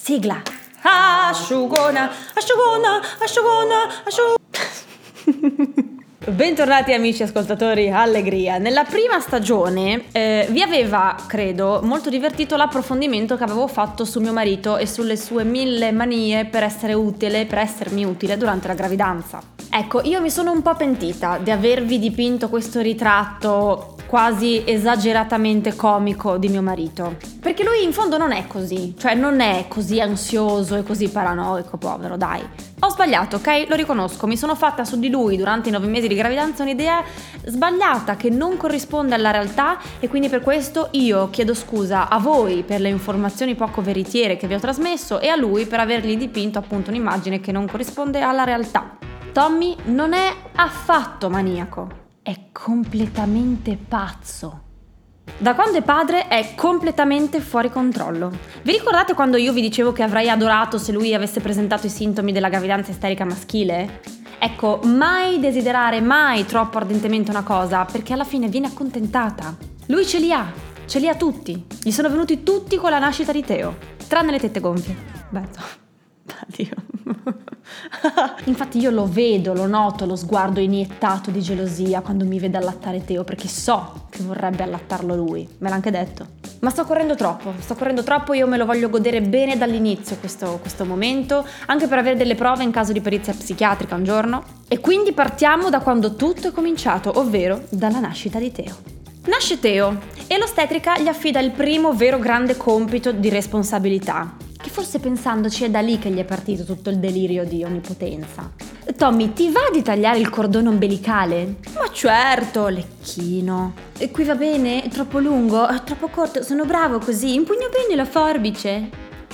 Sigla. Asciugona. Bentornati amici ascoltatori, allegria. Nella prima stagione vi aveva, credo, molto divertito l'approfondimento che avevo fatto su mio marito e sulle sue 1000 manie per essermi utile durante la gravidanza. Ecco, io mi sono un po' pentita di avervi dipinto questo ritratto quasi esageratamente comico di mio marito, perché lui in fondo non è così, cioè non è così ansioso e così paranoico, povero, dai. Ho sbagliato, ok? Lo riconosco, mi sono fatta su di lui durante i 9 mesi di gravidanza un'idea sbagliata che non corrisponde alla realtà e quindi per questo io chiedo scusa a voi per le informazioni poco veritiere che vi ho trasmesso e a lui per avergli dipinto appunto un'immagine che non corrisponde alla realtà. Tommy non è affatto maniaco, è completamente pazzo. Da quando è padre è completamente fuori controllo. Vi ricordate quando io vi dicevo che avrei adorato se lui avesse presentato i sintomi della gravidanza isterica maschile? Ecco, mai desiderare mai troppo ardentemente una cosa, perché alla fine viene accontentata. Lui ce li ha tutti. Gli sono venuti tutti con la nascita di Teo, tranne le tette gonfie. Addio. Infatti io lo vedo, lo noto, lo sguardo iniettato di gelosia quando mi vede allattare Teo, perché so che vorrebbe allattarlo lui, me l'ha anche detto. Ma sto correndo troppo, io me lo voglio godere bene dall'inizio questo momento, anche per avere delle prove in caso di perizia psichiatrica un giorno. E quindi partiamo da quando tutto è cominciato, ovvero dalla nascita di Teo. Nasce Teo e l'ostetrica gli affida il primo vero grande compito di responsabilità, che forse pensandoci è da lì che gli è partito tutto il delirio di onnipotenza. Tommy, ti va di tagliare il cordone ombelicale? Ma certo, lecchino. E qui va bene? È troppo lungo? È troppo corto? Sono bravo così? Impugno bene la forbice?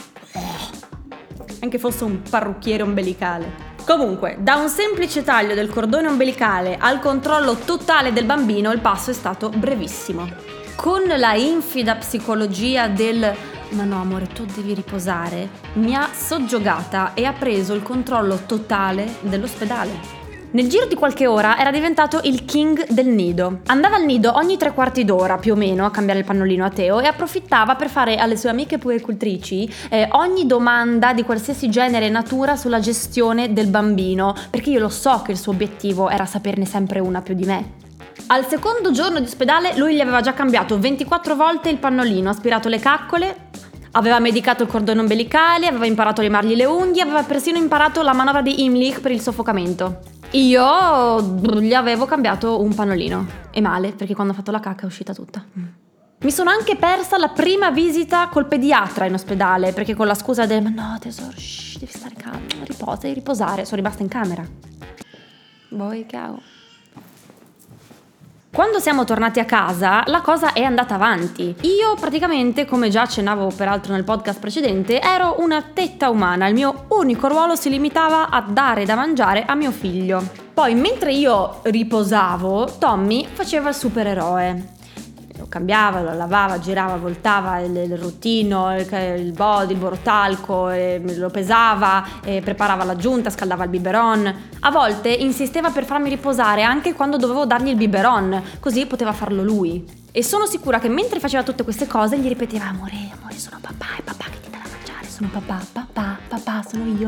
Anche fosse un parrucchiere ombelicale. Comunque, da un semplice taglio del cordone ombelicale al controllo totale del bambino, il passo è stato brevissimo. Con la infida psicologia del "ma no amore, tu devi riposare", mi ha soggiogata e ha preso il controllo totale dell'ospedale. Nel giro di qualche ora era diventato il king del nido. Andava al nido ogni 3/4 d'ora più o meno a cambiare il pannolino a Teo e approfittava per fare alle sue amiche puericultrici ogni domanda di qualsiasi genere e natura sulla gestione del bambino, perché io lo so che il suo obiettivo era saperne sempre una più di me. Al secondo giorno di ospedale lui gli aveva già cambiato 24 volte il pannolino, aspirato le caccole, aveva medicato il cordone ombelicale, aveva imparato a limargli le unghie, aveva persino imparato la manovra di Heimlich per il soffocamento. Io gli avevo cambiato un pannolino, e male, perché quando ho fatto la cacca è uscita tutta. Mi sono anche persa la prima visita col pediatra in ospedale, perché con la scusa del "ma no tesoro, devi stare calmo, devi riposare", sono rimasta in camera. Voi ciao. Quando siamo tornati a casa, la cosa è andata avanti. Io praticamente, come già accennavo peraltro nel podcast precedente, ero una tetta umana. Il mio unico ruolo si limitava a dare da mangiare a mio figlio. Poi, mentre io riposavo, Tommy faceva il supereroe. Lo cambiava, lo lavava, girava, voltava il routino, il body, il borotalco, lo pesava, preparava l'aggiunta, scaldava il biberon. A volte insisteva per farmi riposare anche quando dovevo dargli il biberon, così poteva farlo lui. E sono sicura che mentre faceva tutte queste cose gli ripeteva "amore, sono papà, è papà che ti dà da mangiare, sono papà, sono io".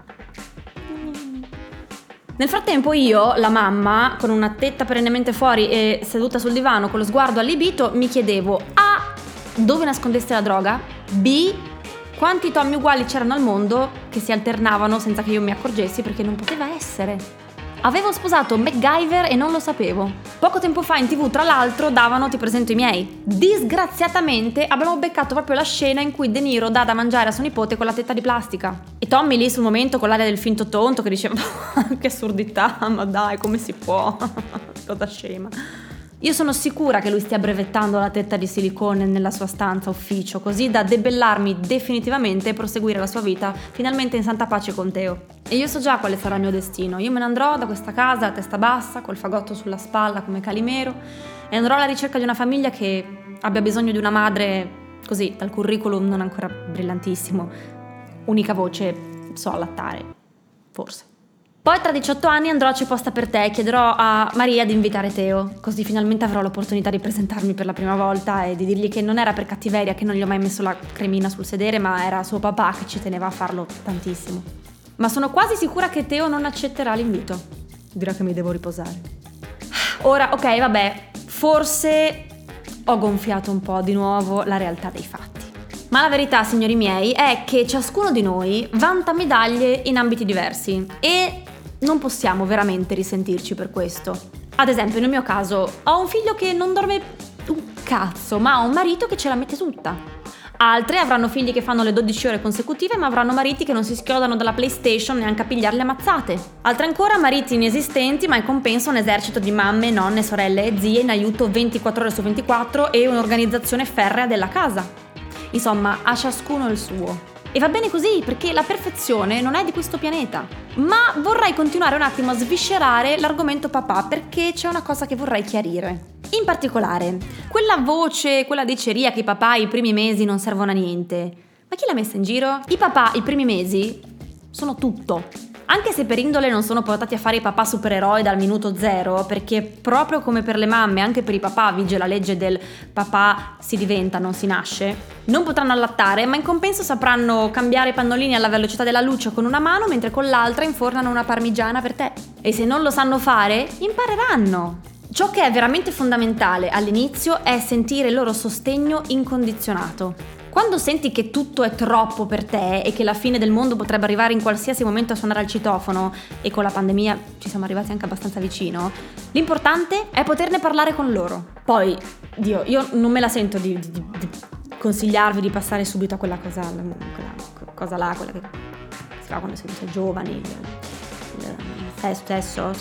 Nel frattempo io, la mamma, con una tetta perennemente fuori e seduta sul divano con lo sguardo allibito, mi chiedevo A. dove nascondesse la droga, B. quanti Tommy uguali c'erano al mondo che si alternavano senza che io mi accorgessi, perché non poteva essere. Avevo sposato MacGyver e non lo sapevo. Poco tempo fa in TV, tra l'altro, davano "Ti presento i miei". Disgraziatamente abbiamo beccato proprio la scena in cui De Niro dà da mangiare a suo nipote con la tetta di plastica. E Tommy lì sul momento con l'aria del finto tonto che diceva "che assurdità, ma dai, come si può?" Cosa scema. Io sono sicura che lui stia brevettando la tetta di silicone nella sua stanza ufficio, così da debellarmi definitivamente e proseguire la sua vita finalmente in santa pace con Teo. E io so già quale sarà il mio destino. Io me ne andrò da questa casa a testa bassa, col fagotto sulla spalla come Calimero, e andrò alla ricerca di una famiglia che abbia bisogno di una madre così, dal curriculum non ancora brillantissimo. Unica voce, so allattare. Forse. Poi tra 18 anni andrò a C'è posta per te e chiederò a Maria di invitare Teo, così finalmente avrò l'opportunità di presentarmi per la prima volta e di dirgli che non era per cattiveria che non gli ho mai messo la cremina sul sedere, ma era suo papà che ci teneva a farlo tantissimo. Ma sono quasi sicura che Teo non accetterà l'invito. Dirà che mi devo riposare. Ora, ok, vabbè, forse ho gonfiato un po' di nuovo la realtà dei fatti. Ma la verità, signori miei, è che ciascuno di noi vanta medaglie in ambiti diversi e non possiamo veramente risentirci per questo. Ad esempio, nel mio caso, ho un figlio che non dorme un cazzo, ma ho un marito che ce la mette tutta. Altre avranno figli che fanno le 12 ore consecutive, ma avranno mariti che non si schiodano dalla PlayStation neanche a pigliarle ammazzate. Altre ancora mariti inesistenti, ma in compenso un esercito di mamme, nonne, sorelle e zie in aiuto 24 ore su 24 e un'organizzazione ferrea della casa. Insomma, a ciascuno il suo. E va bene così, perché la perfezione non è di questo pianeta. Ma vorrei continuare un attimo a sviscerare l'argomento papà, perché c'è una cosa che vorrei chiarire. In particolare, quella voce, quella diceria che i papà i primi mesi non servono a niente. Ma chi l'ha messa in giro? I papà i primi mesi sono tutto. Anche se per indole non sono portati a fare i papà supereroi dal minuto zero, perché proprio come per le mamme, anche per i papà vige la legge del papà si diventa, non si nasce, non potranno allattare, ma in compenso sapranno cambiare i pannolini alla velocità della luce con una mano, mentre con l'altra infornano una parmigiana per te. E se non lo sanno fare, impareranno. Ciò che è veramente fondamentale all'inizio è sentire il loro sostegno incondizionato. Quando senti che tutto è troppo per te e che la fine del mondo potrebbe arrivare in qualsiasi momento a suonare al citofono, e con la pandemia ci siamo arrivati anche abbastanza vicino, l'importante è poterne parlare con loro. Poi, Dio, io non me la sento di consigliarvi di passare subito a quella cosa là, quella che si fa quando si è giovani, il sesso,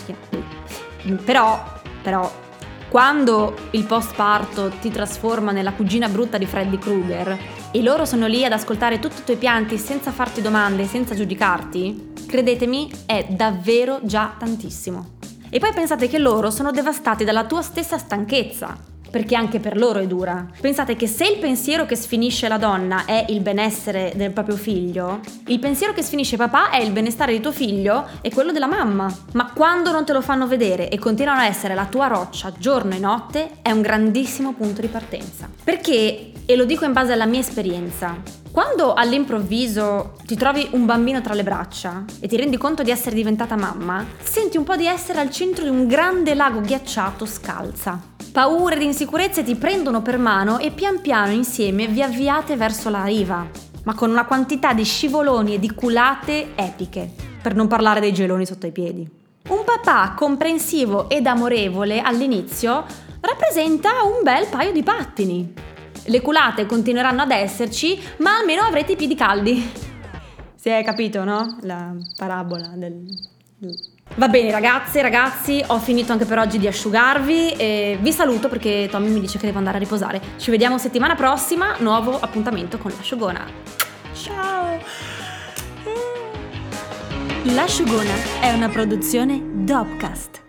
però quando il postparto ti trasforma nella cugina brutta di Freddy Krueger e loro sono lì ad ascoltare tutti i tuoi pianti senza farti domande, senza giudicarti, credetemi, è davvero già tantissimo. E poi pensate che loro sono devastati dalla tua stessa stanchezza, perché anche per loro è dura. Pensate che se il pensiero che sfinisce la donna è il benessere del proprio figlio, il pensiero che sfinisce papà è il benestare di tuo figlio e quello della mamma. Ma quando non te lo fanno vedere e continuano a essere la tua roccia giorno e notte, è un grandissimo punto di partenza. Perché, e lo dico in base alla mia esperienza, quando all'improvviso ti trovi un bambino tra le braccia e ti rendi conto di essere diventata mamma, senti un po' di essere al centro di un grande lago ghiacciato scalza. Paure ed insicurezze ti prendono per mano e pian piano insieme vi avviate verso la riva, ma con una quantità di scivoloni e di culate epiche, per non parlare dei geloni sotto i piedi. Un papà comprensivo ed amorevole all'inizio rappresenta un bel paio di pattini. Le culate continueranno ad esserci, ma almeno avrete i piedi caldi. Si è capito, no? La parabola del... Va bene ragazze, ragazzi, ho finito anche per oggi di asciugarvi e vi saluto perché Tommy mi dice che devo andare a riposare. Ci vediamo settimana prossima, nuovo appuntamento con l'asciugona. Ciao! L'asciugona è una produzione Dopcast.